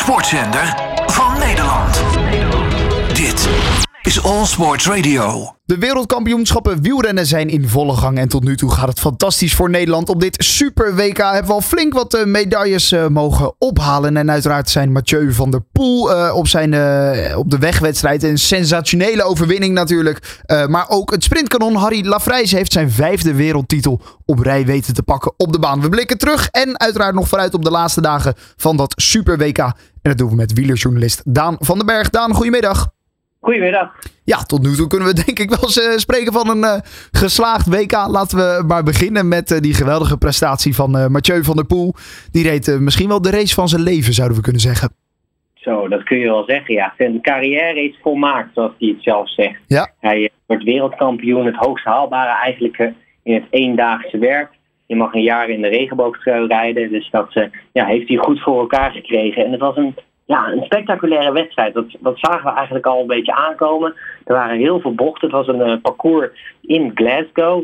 sportzender van Nederland. Dit is All Sports Radio. De wereldkampioenschappen wielrennen zijn in volle gang en tot nu toe gaat het fantastisch voor Nederland. Op dit Super WK hebben we al flink wat medailles mogen ophalen. En uiteraard zijn Mathieu van der Poel op de wegwedstrijd een sensationele overwinning natuurlijk. Maar ook het sprintkanon Harry Lafrijze heeft zijn 5e wereldtitel op rij weten te pakken op de baan. We blikken terug en uiteraard nog vooruit op de laatste dagen van dat Super WK. En dat doen we met wielerjournalist Daan van den Berg. Daan, goedemiddag. Goedemiddag. Ja, tot nu toe kunnen we denk ik wel spreken van een geslaagd WK. Laten we maar beginnen met die geweldige prestatie van Mathieu van der Poel. Die reed misschien wel de race van zijn leven, zouden we kunnen zeggen. Zo, dat kun je wel zeggen, ja. Zijn carrière is volmaakt, zoals hij het zelf zegt. Ja. Hij wordt wereldkampioen, het hoogst haalbare eigenlijk in het eendaagse werk. Je mag een jaar in de regenboogtrui rijden, dus dat heeft hij goed voor elkaar gekregen. En het was een spectaculaire wedstrijd. Dat zagen we eigenlijk al een beetje aankomen. Er waren heel veel bochten. Het was een parcours in Glasgow.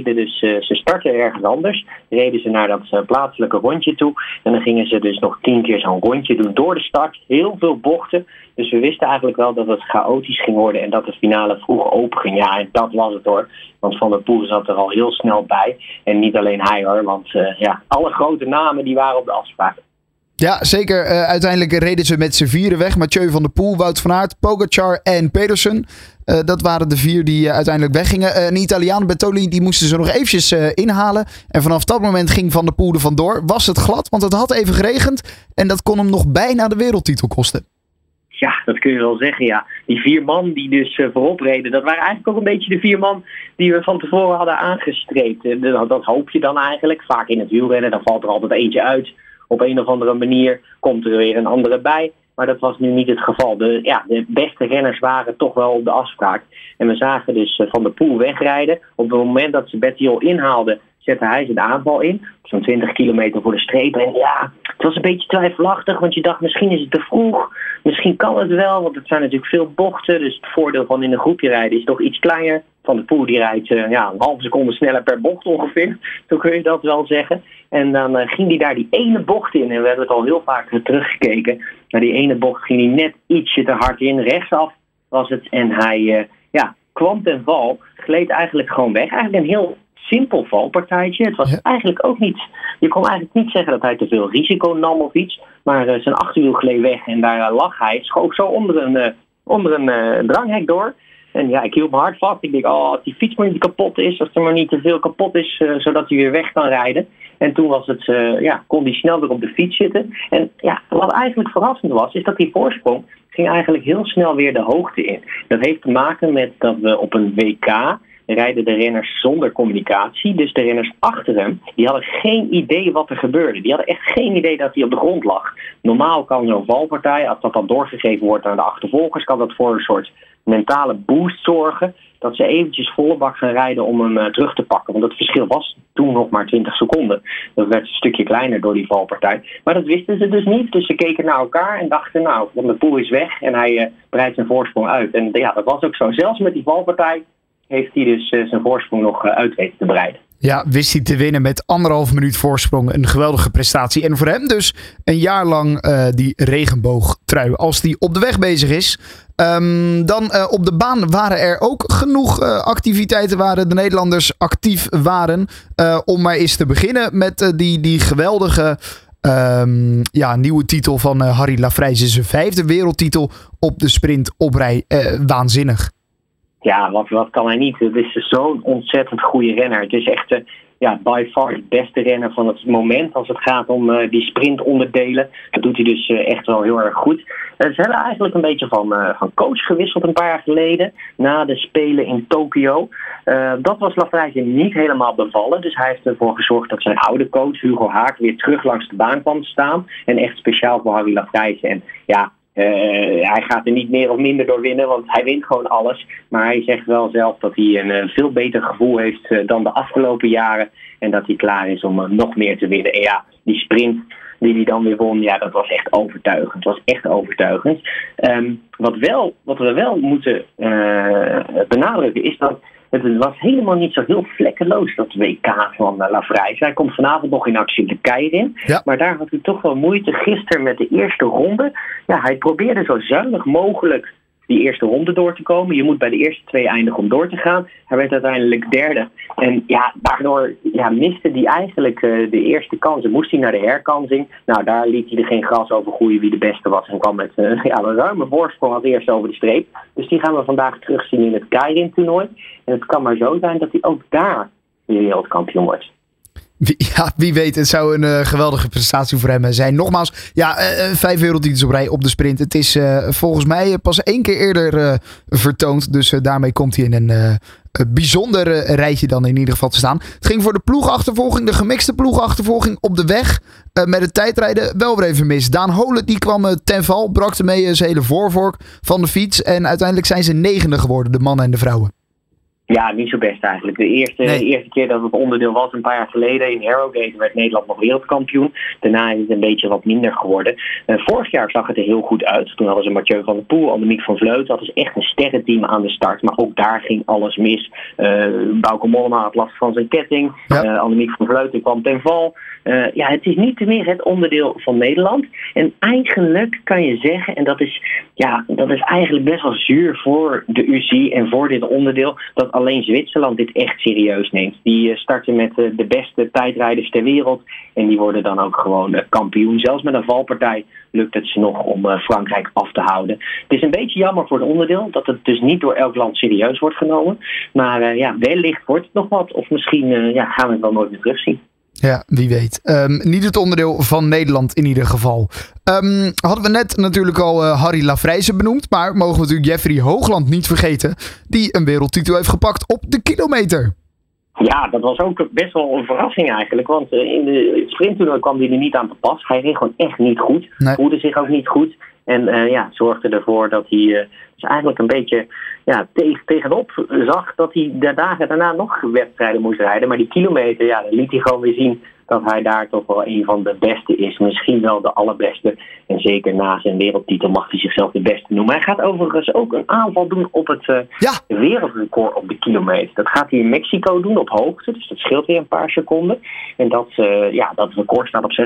Ze startten ergens anders. Reden ze naar dat plaatselijke rondje toe. En dan gingen ze dus nog 10 keer zo'n rondje doen door de start. Heel veel bochten. Dus we wisten eigenlijk wel dat het chaotisch ging worden en dat de finale vroeg open ging. Ja, en dat was het hoor. Want Van der Poel zat er al heel snel bij. En niet alleen hij hoor. Want alle grote namen die waren op de afspraak. Ja, zeker. Uiteindelijk reden ze met z'n vieren weg. Mathieu van der Poel, Wout van Aert, Pogacar en Pedersen. Dat waren de 4 die uiteindelijk weggingen. Een Italiaan, Bertoli, die moesten ze nog eventjes inhalen. En vanaf dat moment ging Van der Poel er vandoor. Was het glad, want het had even geregend. En dat kon hem nog bijna de wereldtitel kosten. Ja, dat kun je wel zeggen, ja. Die 4 man die dus voorop reden, dat waren eigenlijk ook een beetje de 4 man die we van tevoren hadden aangestreept. Dat hoop je dan eigenlijk. Vaak in het wielrennen, dan valt er altijd eentje uit. Op een of andere manier komt er weer een andere bij. Maar dat was nu niet het geval. De beste renners waren toch wel op de afspraak. En we zagen dus Van der Poel wegrijden. Op het moment dat ze Bettiol inhaalde, zette hij zijn aanval in. Zo'n 20 kilometer voor de streep. En ja, het was een beetje twijfelachtig. Want je dacht, misschien is het te vroeg. Misschien kan het wel. Want het zijn natuurlijk veel bochten. Dus het voordeel van in een groepje rijden is toch iets kleiner. Van der Poel die rijdt een halve seconde sneller per bocht ongeveer. Zo kun je dat wel zeggen. En dan ging hij daar die ene bocht in. En we hebben het al heel vaak teruggekeken. Maar die ene bocht ging hij net ietsje te hard in. Rechtsaf was het. En hij kwam ten val. Gleed eigenlijk gewoon weg. Eigenlijk een heel simpel valpartijtje. Het was eigenlijk ook niet. Je kon eigenlijk niet zeggen dat hij te veel risico nam of iets. Maar zijn achterwiel gleed weg. En daar lag hij. Schoof zo onder een dranghek door. En ja, ik hield me hard vast. Ik denk, als die fiets maar niet kapot is, als er maar niet te veel kapot is, zodat hij weer weg kan rijden. En toen was het, kon hij snel weer op de fiets zitten. En ja, wat eigenlijk verrassend was, is dat die voorsprong ging eigenlijk heel snel weer de hoogte in. Dat heeft te maken met dat we op een WK rijden de renners zonder communicatie. Dus de renners achter hem, die hadden geen idee wat er gebeurde. Die hadden echt geen idee dat hij op de grond lag. Normaal kan zo'n valpartij, als dat dan doorgegeven wordt aan de achtervolgers, kan dat voor een soort mentale boost zorgen. Dat ze eventjes volle bak gaan rijden om hem terug te pakken. Want het verschil was toen nog maar 20 seconden. Dat werd een stukje kleiner door die valpartij. Maar dat wisten ze dus niet. Dus ze keken naar elkaar en dachten, Van der Poel is weg. En hij breidt zijn voorsprong uit. En ja, dat was ook zo. Zelfs met die valpartij heeft hij dus zijn voorsprong nog uit weten te breiden. Ja, wist hij te winnen met 1,5 minuut voorsprong. Een geweldige prestatie. En voor hem dus een jaar lang die regenboogtrui. Als die op de weg bezig is. Dan op de baan waren er ook genoeg activiteiten waar de Nederlanders actief waren. Om maar eens te beginnen met die geweldige nieuwe titel van Harry Lafrijze. Zijn 5e wereldtitel op de sprint op rij. Waanzinnig. Ja, wat kan hij niet? Het is zo'n ontzettend goede renner. Het is echt by far de beste renner van het moment als het gaat om die sprintonderdelen. Dat doet hij dus echt wel heel erg goed. Ze hebben eigenlijk een beetje van coach gewisseld een paar jaar geleden. Na de Spelen in Tokio. Dat was Lafrijze niet helemaal bevallen. Dus hij heeft ervoor gezorgd dat zijn oude coach Hugo Haak weer terug langs de baan kwam te staan. En echt speciaal voor Harry Lafrijze. En ja, hij gaat er niet meer of minder door winnen, want hij wint gewoon alles. Maar hij zegt wel zelf dat hij een veel beter gevoel heeft dan de afgelopen jaren. En dat hij klaar is om nog meer te winnen. En ja, die sprint die hij dan weer won, ja, dat was echt overtuigend. Het was echt overtuigend. Wat we wel moeten benadrukken is dat Het was helemaal niet zo heel vlekkeloos, dat WK van Lavrijs. Hij komt vanavond nog in actie de Keirin. Ja. Maar daar had hij toch wel moeite gisteren met de eerste ronde. Ja, hij probeerde zo zuinig mogelijk die eerste ronde door te komen. Je moet bij de eerste 2 eindigen om door te gaan. Hij werd uiteindelijk derde. En ja, daardoor miste hij eigenlijk de eerste kansen. Moest hij naar de herkansing. Nou, daar liet hij er geen gras over groeien wie de beste was. En kwam met een ruime voorsprong als eerste over de streep. Dus die gaan we vandaag terugzien in het Keirin-toernooi. En het kan maar zo zijn dat hij ook daar weer wereldkampioen wordt. Wie weet, het zou een geweldige prestatie voor hem zijn. Nogmaals, 5 wereldtitels op rij op de sprint. Het is volgens mij pas 1 keer eerder vertoond. Dus daarmee komt hij in een bijzonder rijtje dan in ieder geval te staan. Het ging voor de ploegachtervolging, de gemixte ploegachtervolging op de weg. Met het tijdrijden wel weer even mis. Daan Holen die kwam ten val, brak ermee zijn hele voorvork van de fiets. En uiteindelijk zijn ze 9e geworden, de mannen en de vrouwen. Ja, niet zo best eigenlijk. De eerste keer dat het onderdeel was, een paar jaar geleden in Harrogate, werd Nederland nog wereldkampioen. Daarna is het een beetje wat minder geworden. Vorig jaar zag het er heel goed uit. Toen hadden ze Mathieu van der Poel, Annemiek van Vleuten. Dat is echt een sterrenteam aan de start. Maar ook daar ging alles mis. Bauke Mollema had last van zijn ketting. Ja. Annemiek van Vleuten kwam ten val. Het is niet meer het onderdeel van Nederland. En eigenlijk kan je zeggen, en dat is eigenlijk best wel zuur voor de UCI en voor dit onderdeel, dat alleen Zwitserland dit echt serieus neemt. Die starten met de beste tijdrijders ter wereld en die worden dan ook gewoon kampioen. Zelfs met een valpartij lukt het ze nog om Frankrijk af te houden. Het is een beetje jammer voor het onderdeel dat het dus niet door elk land serieus wordt genomen. Maar wellicht wordt het nog wat. Of misschien gaan we het wel nooit meer terugzien. Ja, wie weet. Niet het onderdeel van Nederland in ieder geval. Hadden we net natuurlijk al Harry Lavrijsen benoemd. Maar mogen we natuurlijk Jeffrey Hoogland niet vergeten. Die een wereldtitel heeft gepakt op de kilometer. Ja, dat was ook best wel een verrassing eigenlijk. Want in de sprinttoernooi kwam hij er niet aan te pas. Hij reed gewoon echt niet goed. Nee. Voelde zich ook niet goed. En zorgde ervoor dat hij dus eigenlijk een beetje tegenop zag dat hij de dagen daarna nog wedstrijden moest rijden. Maar die kilometer, dan liet hij gewoon weer zien dat hij daar toch wel een van de beste is. Misschien wel de allerbeste. En zeker na zijn wereldtitel mag hij zichzelf de beste noemen. Hij gaat overigens ook een aanval doen op het wereldrecord op de kilometer. Dat gaat hij in Mexico doen op hoogte. Dus dat scheelt weer een paar seconden. En dat record staat op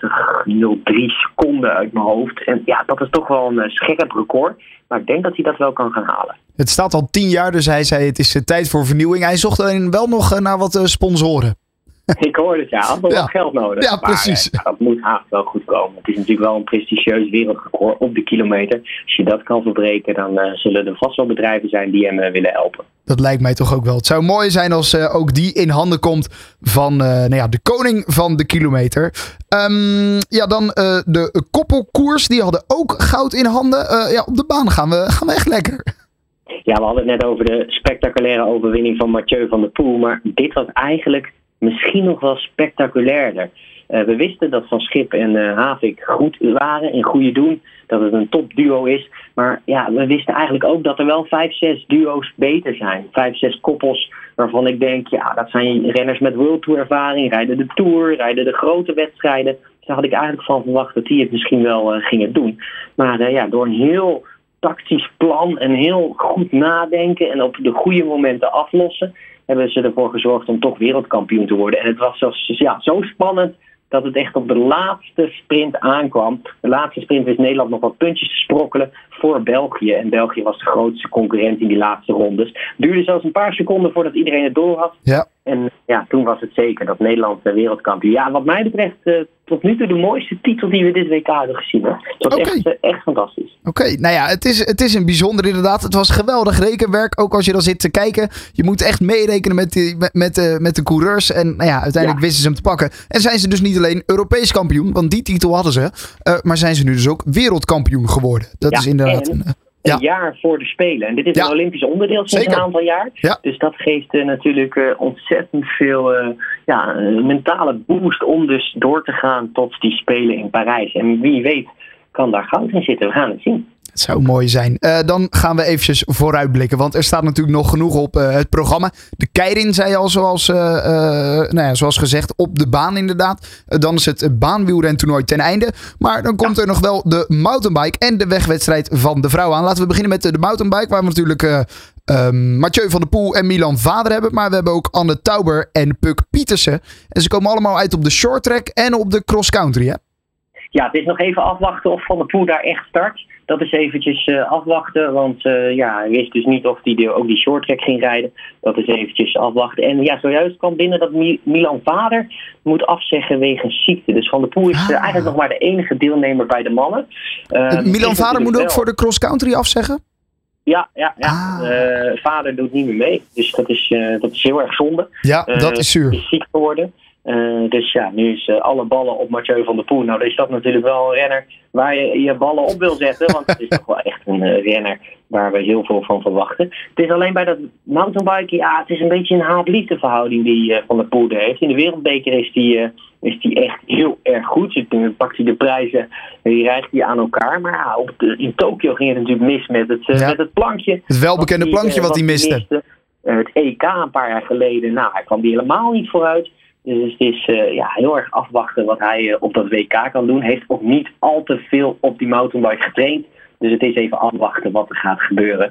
56,03 seconden uit mijn hoofd. En dat is toch wel een scherp record. Maar ik denk dat hij dat wel kan gaan halen. Het staat al 10 jaar, dus hij zei het is tijd voor vernieuwing. Hij zocht alleen wel nog naar wat sponsoren. Ik hoor het, had nog wat geld nodig. Ja, precies. Maar dat moet haast wel goed komen. Het is natuurlijk wel een prestigieus wereldrecord op de kilometer. Als je dat kan verbreken, dan zullen er vast wel bedrijven zijn die hem willen helpen. Dat lijkt mij toch ook wel. Het zou mooi zijn als ook die in handen komt van de koning van de kilometer. Dan de koppelkoers, die hadden ook goud in handen. Op de baan gaan we echt lekker. Ja, we hadden het net over de spectaculaire overwinning van Mathieu van der Poel. Maar dit was eigenlijk misschien nog wel spectaculairder. We wisten dat Van Schip en Havik goed waren en goede doen. Dat het een topduo is. Maar we wisten eigenlijk ook dat er wel 5-6 duo's beter zijn. 5-6 koppels waarvan ik denk, dat zijn renners met World Tour ervaring. Rijden de Tour, rijden de grote wedstrijden. Dus daar had ik eigenlijk van verwacht dat die het misschien wel gingen doen. Maar door een heel tactisch plan en heel goed nadenken en op de goede momenten aflossen, hebben ze ervoor gezorgd om toch wereldkampioen te worden. En het was zo spannend dat het echt op de laatste sprint aankwam. De laatste sprint wist Nederland nog wat puntjes te sprokkelen voor België. En België was de grootste concurrent in die laatste rondes. Het duurde zelfs een paar seconden voordat iedereen het door had. Ja. En toen was het zeker dat Nederland wereldkampioen. Ja, wat mij betreft tot nu toe de mooiste titel die we dit WK hebben gezien. Het was echt fantastisch. Oké, het is een bijzonder inderdaad. Het was geweldig rekenwerk. Ook als je dan zit te kijken. Je moet echt meerekenen met de coureurs. En uiteindelijk wisten ze hem te pakken. En zijn ze dus niet alleen Europees kampioen. Want die titel hadden ze. Maar zijn ze nu dus ook wereldkampioen geworden. Dat is inderdaad een jaar voor de Spelen. En dit is een Olympisch onderdeel sinds een aantal jaar. Ja. Dus dat geeft natuurlijk ontzettend veel mentale boost om dus door te gaan tot die Spelen in Parijs. En wie weet kan daar goud in zitten. We gaan het zien. Het zou mooi zijn. Dan gaan we eventjes vooruitblikken. Want er staat natuurlijk nog genoeg op het programma. De keirin zei al zoals gezegd op de baan inderdaad. Dan is het baanwielrentoernooi ten einde. Maar dan komt er nog wel de mountainbike en de wegwedstrijd van de vrouwen aan. Laten we beginnen met de mountainbike. Waar we natuurlijk Mathieu van der Poel en Milan Vader hebben. Maar we hebben ook Anne Tauber en Puk Pietersen. En ze komen allemaal uit op de short track en op de cross country, hè? Ja, het is nog even afwachten of Van der Poel daar echt start. Dat is eventjes afwachten, want hij wist dus niet of hij ook die short track ging rijden. Dat is eventjes afwachten. En ja, zojuist kwam binnen dat Milan Vader moet afzeggen wegens ziekte. Dus Van der Poel is eigenlijk nog maar de enige deelnemer bij de mannen. Milan Vader moet ook voor de cross country afzeggen? Ja. Vader doet niet meer mee. Dus dat is heel erg zonde. Ja, dat is zuur. Hij is ziek geworden. Dus ja, nu is alle ballen op Mathieu van der Poel. Nou, dan is dat natuurlijk wel een renner waar je ballen op wil zetten. Want het is toch wel echt een renner waar we heel veel van verwachten. Het is alleen bij dat mountainbiken, het is een beetje een haat-liefde verhouding die Van der Poel heeft. In de wereldbeker is die echt heel erg goed. Dan pakt hij de prijzen en die rijgt hij aan elkaar. Maar in Tokio ging het natuurlijk mis met het plankje. Het welbekende plankje wat hij miste. Het EK een paar jaar geleden, hij kwam die helemaal niet vooruit. Dus het is heel erg afwachten wat hij op dat WK kan doen. Heeft ook niet al te veel op die mountainbike getraind. Dus het is even afwachten wat er gaat gebeuren.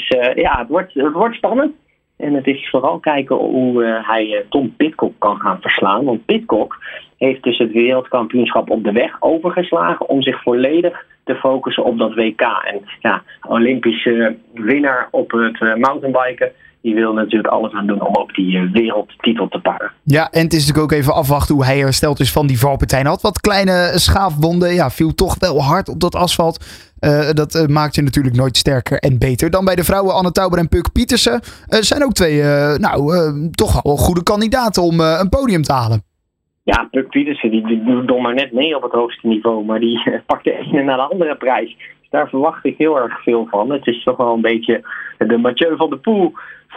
Het wordt spannend. En het is vooral kijken hoe hij Tom Pidcock kan gaan verslaan. Want Pidcock heeft dus het wereldkampioenschap op de weg overgeslagen om zich volledig te focussen op dat WK. En Olympische winnaar op het mountainbiken. Die wil natuurlijk alles aan doen om ook die wereldtitel te pakken. Ja, en het is natuurlijk ook even afwachten hoe hij hersteld is van die valpartij. Hij had wat kleine schaafwonden. Ja, viel toch wel hard op dat asfalt. Dat maakt je natuurlijk nooit sterker en beter. Dan bij de vrouwen Anne Tauber en Puk Pietersen. Zijn ook twee toch wel goede kandidaten om een podium te halen. Ja, Puk Pietersen die doet nog maar net mee op het hoogste niveau. Maar die pakt de ene naar de andere prijs. Dus daar verwacht ik heel erg veel van. Het is toch wel een beetje de Mathieu van der Poel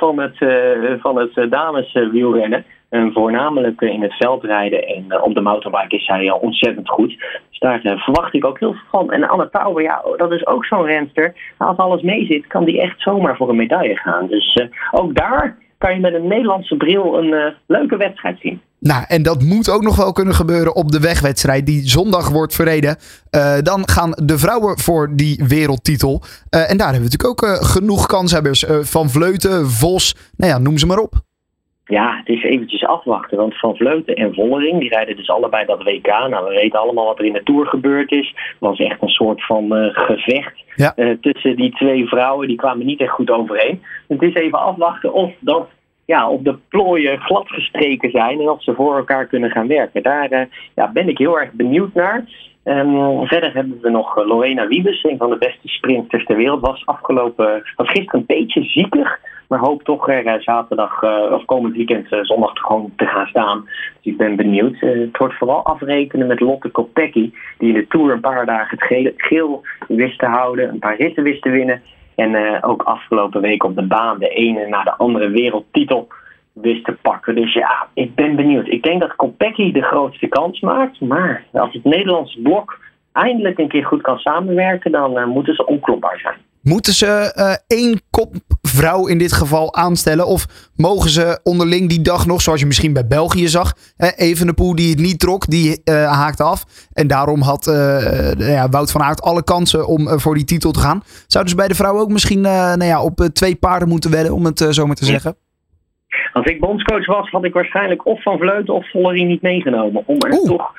van het dameswielrennen. Voornamelijk in het veldrijden en op de mountainbike is hij ontzettend goed. Dus daar verwacht ik ook heel veel van. En Anne Tauber, dat is ook zo'n renster. Als alles mee zit, kan die echt zomaar voor een medaille gaan. Dus ook daar kan je met een Nederlandse bril een leuke wedstrijd zien. Nou, en dat moet ook nog wel kunnen gebeuren op de wegwedstrijd die zondag wordt verreden. Dan gaan de vrouwen voor die wereldtitel. En daar hebben we natuurlijk ook genoeg kanshebbers. Van Vleuten, Vos, noem ze maar op. Ja, het is eventjes afwachten. Want Van Vleuten en Vollering, die rijden dus allebei dat WK. We weten allemaal wat er in de Tour gebeurd is. Het was echt een soort van gevecht tussen die twee vrouwen. Die kwamen niet echt goed overeen. Het is even afwachten of dat op de plooien glad gestreken zijn en of ze voor elkaar kunnen gaan werken. Daar ben ik heel erg benieuwd naar. Verder hebben we nog Lorena Wiebes, een van de beste sprinters ter wereld. Was gisteren een beetje ziekig, maar hoop toch er zaterdag of komend weekend zondag gewoon te gaan staan. Dus ik ben benieuwd. Het wordt vooral afrekenen met Lotte Kopecky, die in de Tour een paar dagen het geel wist te houden, een paar ritten wist te winnen. En ook afgelopen week op de baan de ene na de andere wereldtitel wist te pakken. Dus ik ben benieuwd. Ik denk dat Kopecky de grootste kans maakt. Maar als het Nederlands blok eindelijk een keer goed kan samenwerken, dan moeten ze onklopbaar zijn. Moeten ze één kopvrouw in dit geval aanstellen? Of mogen ze onderling die dag nog, zoals je misschien bij België zag, Evenepoel die het niet trok, die haakte af. En daarom had Wout van Aert alle kansen om voor die titel te gaan. Zouden ze bij de vrouwen ook misschien op 2 paarden moeten wedden, om het zo maar te zeggen? Als ik bondscoach was, had ik waarschijnlijk of Van Vleuten of Vollering niet meegenomen. Om er toch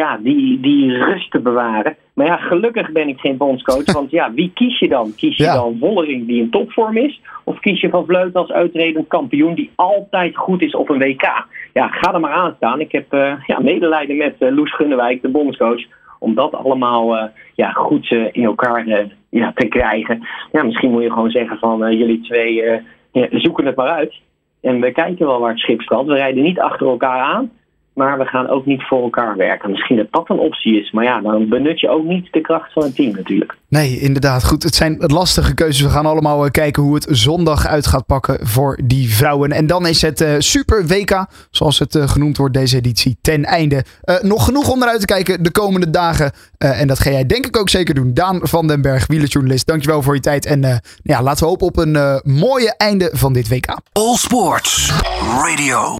die rust te bewaren. Maar gelukkig ben ik geen bondscoach. Want wie kies je dan? Kies je dan Vollering die in topvorm is? Of kies je Van Vleuten als uitredend kampioen die altijd goed is op een WK? Ja, ga er maar aan staan. Ik heb medelijden met Loes Gunnewijk, de bondscoach. Om dat allemaal goed in elkaar te krijgen. Ja, misschien moet je gewoon zeggen van jullie twee zoeken het maar uit. En we kijken wel waar het schip strandt. We rijden niet achter elkaar aan. maar we gaan ook niet voor elkaar werken. Misschien dat dat een optie is, maar ja, dan benut je ook niet de kracht van een team natuurlijk. Nee, inderdaad. Goed, het zijn lastige keuzes. We gaan allemaal kijken hoe het zondag uit gaat pakken voor die vrouwen. En dan is het Super WK, zoals het genoemd wordt, deze editie, ten einde. Nog genoeg om naar uit te kijken de komende dagen. En dat ga jij denk ik ook zeker doen. Daan van den Berg, wielerjournalist, dankjewel voor je tijd. En laten we hopen op een mooie einde van dit WK. All Sports Radio.